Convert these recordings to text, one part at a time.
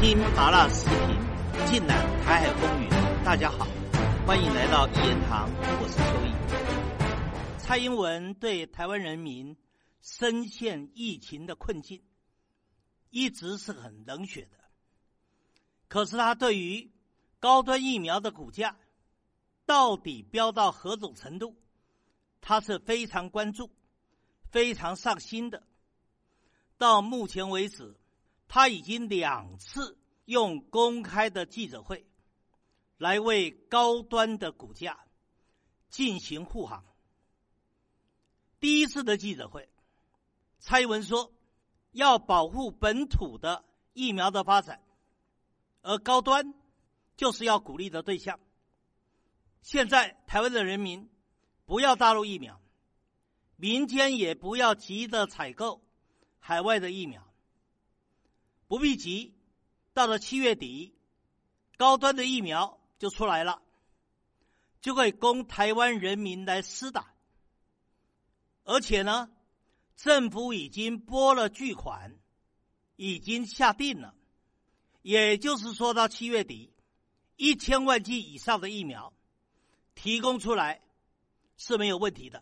听麻辣时评，尽览台海风云。大家好，欢迎来到一言堂，我是邱毅。蔡英文对台湾人民深陷疫情的困境，一直是很冷血的。可是他对于高端疫苗的股价到底飙到何种程度，他是非常关注、非常上心的。到目前为止，他已经2次用公开的记者会来为高端的股价进行护航。第一次的记者会，蔡英文说要保护本土的疫苗的发展，而高端就是要鼓励的对象。现在台湾的人民不要大陆疫苗，民间也不要急着采购海外的疫苗，不必急，到了7月底，高端的疫苗就出来了，就可以供台湾人民来施打。而且呢，政府已经拨了巨款，已经下定了，也就是说到7月底，1000万剂以上的疫苗提供出来是没有问题的。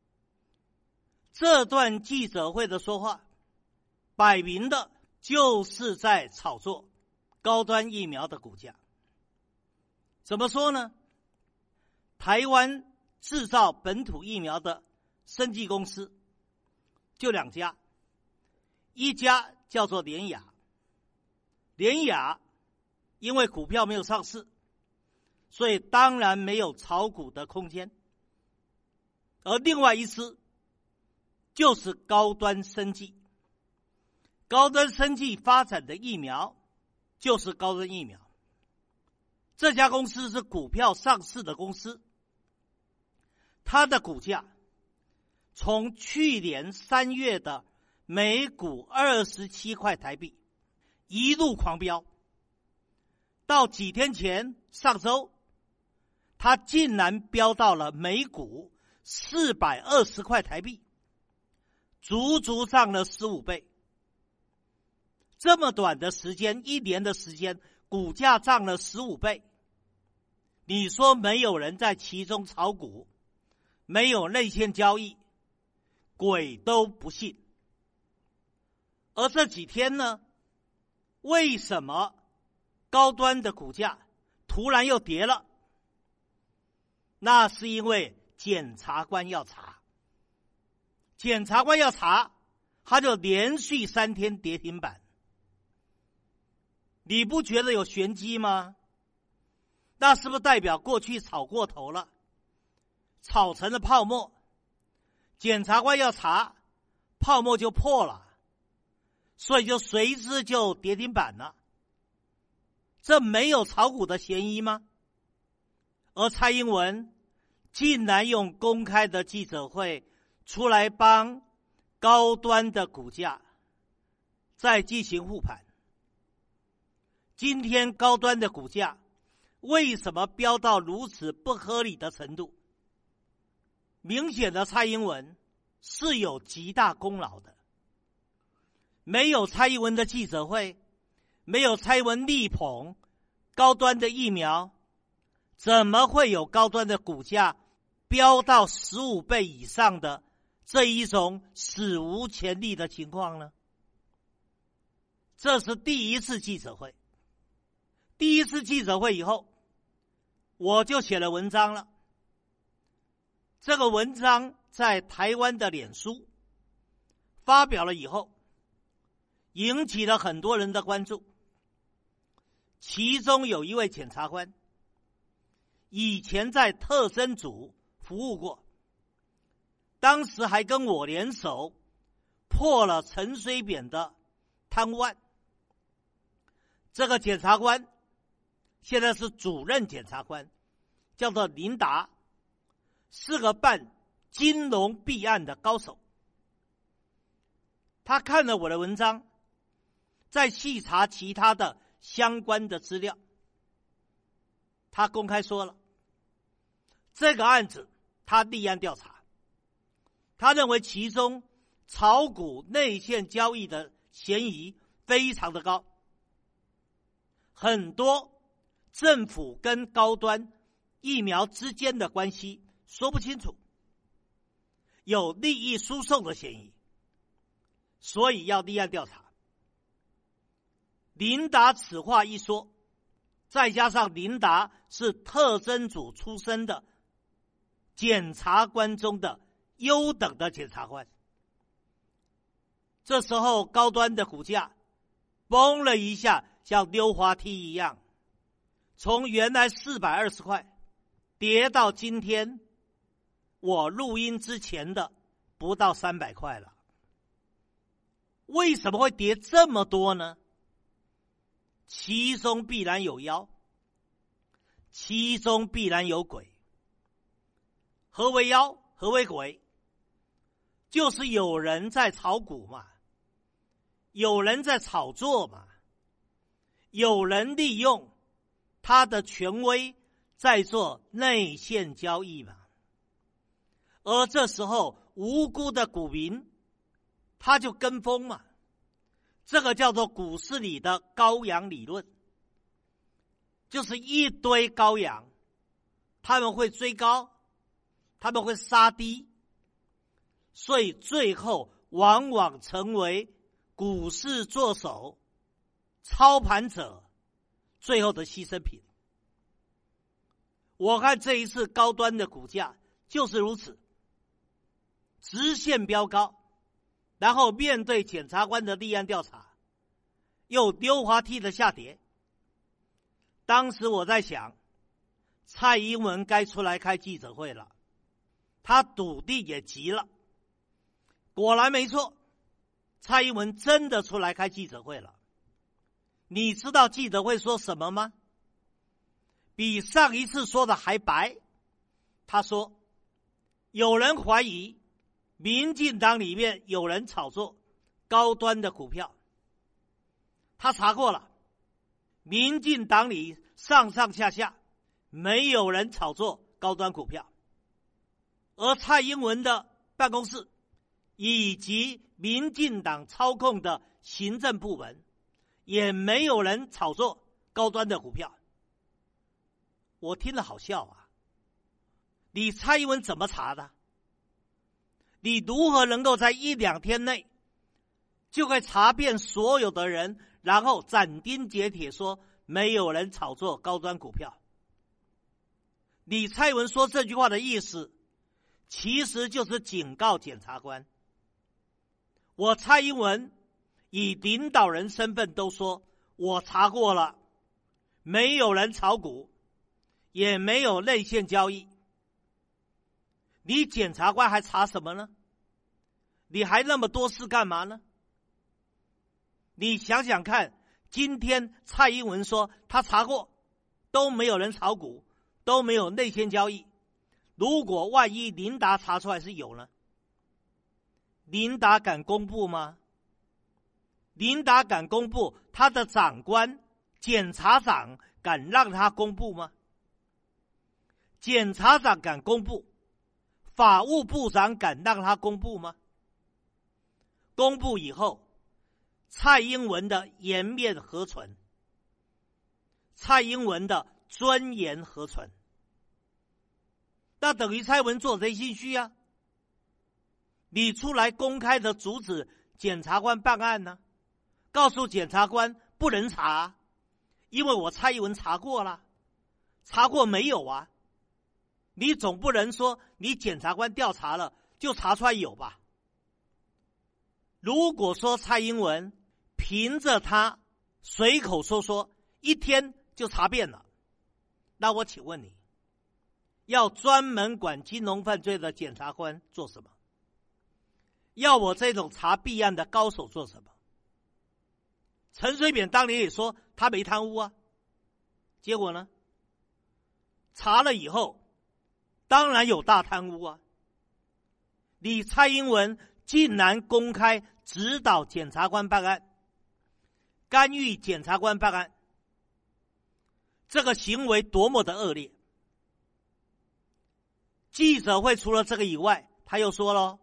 这段记者会的说话，摆明的就是在炒作高端疫苗的股价。怎么说呢？台湾制造本土疫苗的生技公司就2家，一家叫做联亚，联亚因为股票没有上市，所以当然没有炒股的空间。而另外一支就是高端生技，高端生技发展的疫苗就是高端疫苗。这家公司是股票上市的公司，它的股价从去年3月的每股27块台币一路狂飙，到几天前上周，它竟然飙到了每股420块台币，足足涨了15倍。这么短的时间，1年的时间，股价涨了15倍。你说没有人在其中炒股，没有内线交易，鬼都不信。而这几天呢，为什么高端的股价突然又跌了？那是因为检察官要查，检察官要查，他就连续3天跌停板。你不觉得有玄机吗？那是不是代表过去炒过头了，炒成了泡沫？检察官要查，泡沫就破了，所以就随之就跌停板了。这没有炒股的嫌疑吗？而蔡英文竟然用公开的记者会出来帮高端的股价再进行护盘。今天高端的股价为什么飙到如此不合理的程度？明显的蔡英文是有极大功劳的。没有蔡英文的记者会，没有蔡英文力捧高端的疫苗，怎么会有高端的股价飙到15倍以上的这一种史无前例的情况呢？这是第一次记者会。第一次记者会以后，我就写了文章了。这个文章在台湾的脸书发表了以后，引起了很多人的关注。其中有一位检察官，以前在特侦组服务过，当时还跟我联手破了陈水扁的贪污案。这个检察官现在是主任检察官，叫做林达，是个办金融弊案的高手。他看了我的文章，再细查其他的相关的资料，他公开说了，这个案子他立案调查，他认为其中炒股内线交易的嫌疑非常的高。 很多政府跟高端疫苗之间的关系说不清楚，有利益输送的嫌疑，所以要立案调查。琳达此话一说，再加上琳达是特侦组出身的检察官中的优等的检察官，这时候高端的股价崩了一下，像溜滑梯一样，从原来420块跌到今天我录音之前的不到300块了。为什么会跌这么多呢？其中必然有妖，其中必然有鬼。何为妖？何为鬼？就是有人在炒股嘛，有人在炒作嘛，有人利用他的权威在做内线交易嘛。而这时候无辜的股民他就跟风嘛，这个叫做股市里的羔羊理论，就是一堆羔羊，他们会追高，他们会杀低，所以最后往往成为股市作手、操盘者最后的牺牲品。我看这一次高端的股价就是如此，直线飙高，然后面对检察官的立案调查，又溜滑梯的下跌。当时我在想，蔡英文该出来开记者会了，他笃定也急了。果然没错，蔡英文真的出来开记者会了。你知道记者会说什么吗？比上一次说的还白。他说，有人怀疑民进党里面有人炒作高端的股票，他查过了，民进党里上上下下没有人炒作高端股票，而蔡英文的办公室以及民进党操控的行政部门也没有人炒作高端的股票。我听了好笑啊，你蔡英文怎么查的？你如何能够在1-2天内就可以查遍所有的人，然后斩钉截铁说没有人炒作高端股票？你蔡英文说这句话的意思，其实就是警告检察官，我蔡英文以领导人身份都说，我查过了，没有人炒股，也没有内线交易。你检察官还查什么呢？你还那么多事干嘛呢？你想想看，今天蔡英文说他查过，都没有人炒股，都没有内线交易。如果万一琳达查出来是有呢？琳达敢公布吗？琳达敢公布，他的长官检察长敢让他公布吗？检察长敢公布，法务部长敢让他公布吗？公布以后，蔡英文的颜面何存？蔡英文的尊严何存？那等于蔡英文做贼心虚啊！你出来公开的阻止检察官办案呢？告诉检察官不能查，因为我蔡英文查过了，查过没有啊？你总不能说你检察官调查了就查出来有吧？如果说蔡英文凭着他随口说一天就查遍了，那我请问你，要专门管金融犯罪的检察官做什么？要我这种查弊案的高手做什么？陈水扁当年也说他没贪污啊，结果呢？查了以后当然有大贪污啊！你蔡英文竟然公开指导检察官办案，干预检察官办案，这个行为多么的恶劣！记者会除了这个以外，他又说了，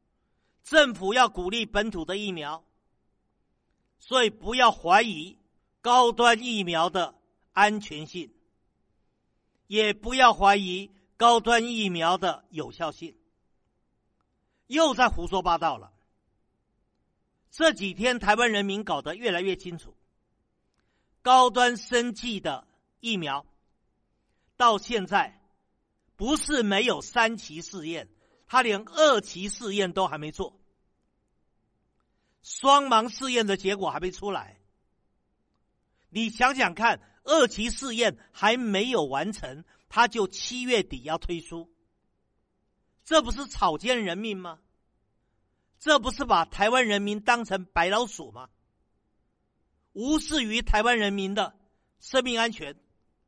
政府要鼓励本土的疫苗，所以不要怀疑高端疫苗的安全性，也不要怀疑高端疫苗的有效性，又在胡说八道了。这几天台湾人民搞得越来越清楚，高端生技的疫苗到现在不是没有3期试验，他连2期试验都还没做，双盲试验的结果还没出来。你想想看，2期试验还没有完成，他就7月底要推出，这不是草菅人命吗？这不是把台湾人民当成白老鼠吗？无视于台湾人民的生命安全，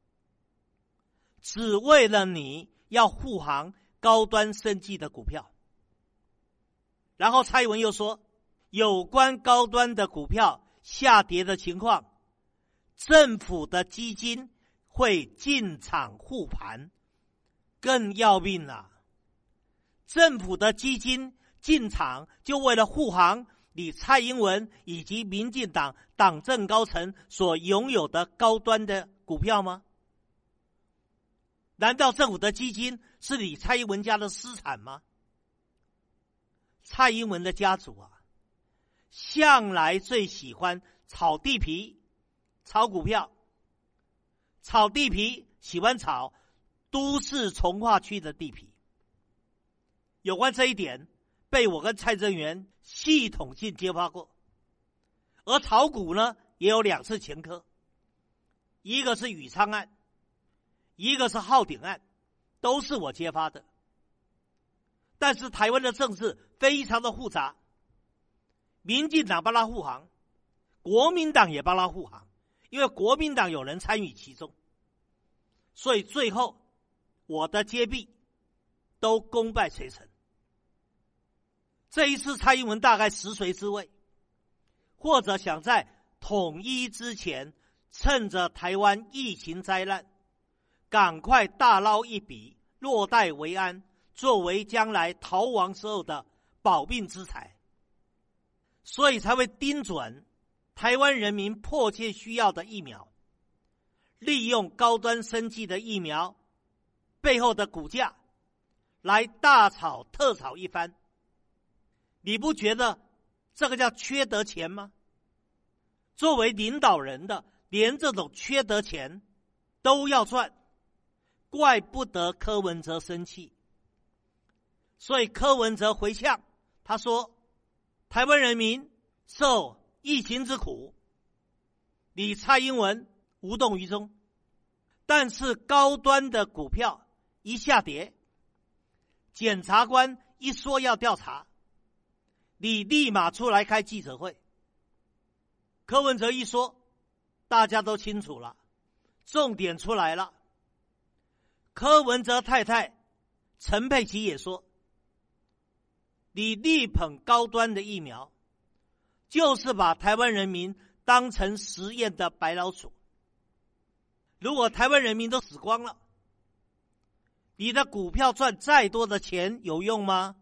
只为了你要护航高端生技的股票。然后蔡英文又说，有关高端的股票下跌的情况，政府的基金会进场护盘。更要命了，政府的基金进场就为了护航你蔡英文以及民进党党政高层所拥有的高端的股票吗？难道政府的基金是你蔡英文家的私产吗？蔡英文的家族啊，向来最喜欢炒地皮、炒股票，炒地皮喜欢炒都市重划区的地皮。有关这一点，被我跟蔡正元系统性揭发过。而炒股呢，也有2次前科，一个是宇昌案，一个是浩鼎案，都是我揭发的。但是台湾的政治非常的复杂，民进党帮他护航，国民党也帮他护航，因为国民党有人参与其中，所以最后我的揭弊都功败垂成。这一次蔡英文大概食髓知味，或者想在统一之前，趁着台湾疫情灾难，赶快大捞一笔，落袋为安，作为将来逃亡时候的保命之财，所以才会盯准台湾人民迫切需要的疫苗，利用高端生技的疫苗背后的股价来大炒特炒一番。你不觉得这个叫缺德钱吗？作为领导人的，连这种缺德钱都要赚，怪不得柯文哲生气。所以柯文哲回呛，他说台湾人民受疫情之苦，你蔡英文无动于衷，但是高端的股票一下跌，检察官一说要调查，你立马出来开记者会。柯文哲一说，大家都清楚了，重点出来了。柯文哲太太陈佩琪也说，你力捧高端的疫苗，就是把台湾人民当成实验的白老鼠。如果台湾人民都死光了，你的股票赚再多的钱有用吗？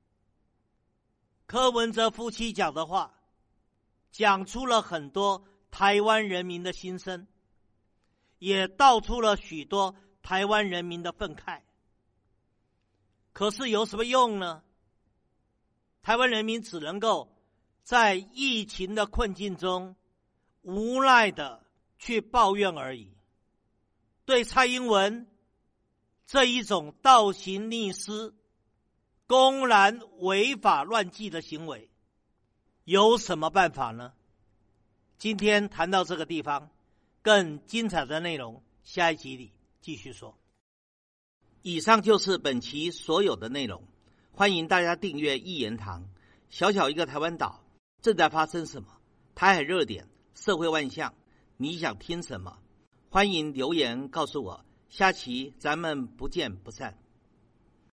柯文哲夫妻讲的话，讲出了很多台湾人民的心声，也道出了许多台湾人民的愤慨。可是有什么用呢？台湾人民只能够在疫情的困境中无奈的去抱怨而已。对蔡英文这一种倒行逆施、公然违法乱纪的行为，有什么办法呢？今天谈到这个地方，更精彩的内容下一集里继续说。以上就是本期所有的内容，欢迎大家订阅一言堂。小小一个台湾岛，正在发生什么？台海热点，社会万象，你想听什么？欢迎留言告诉我，下期咱们不见不散。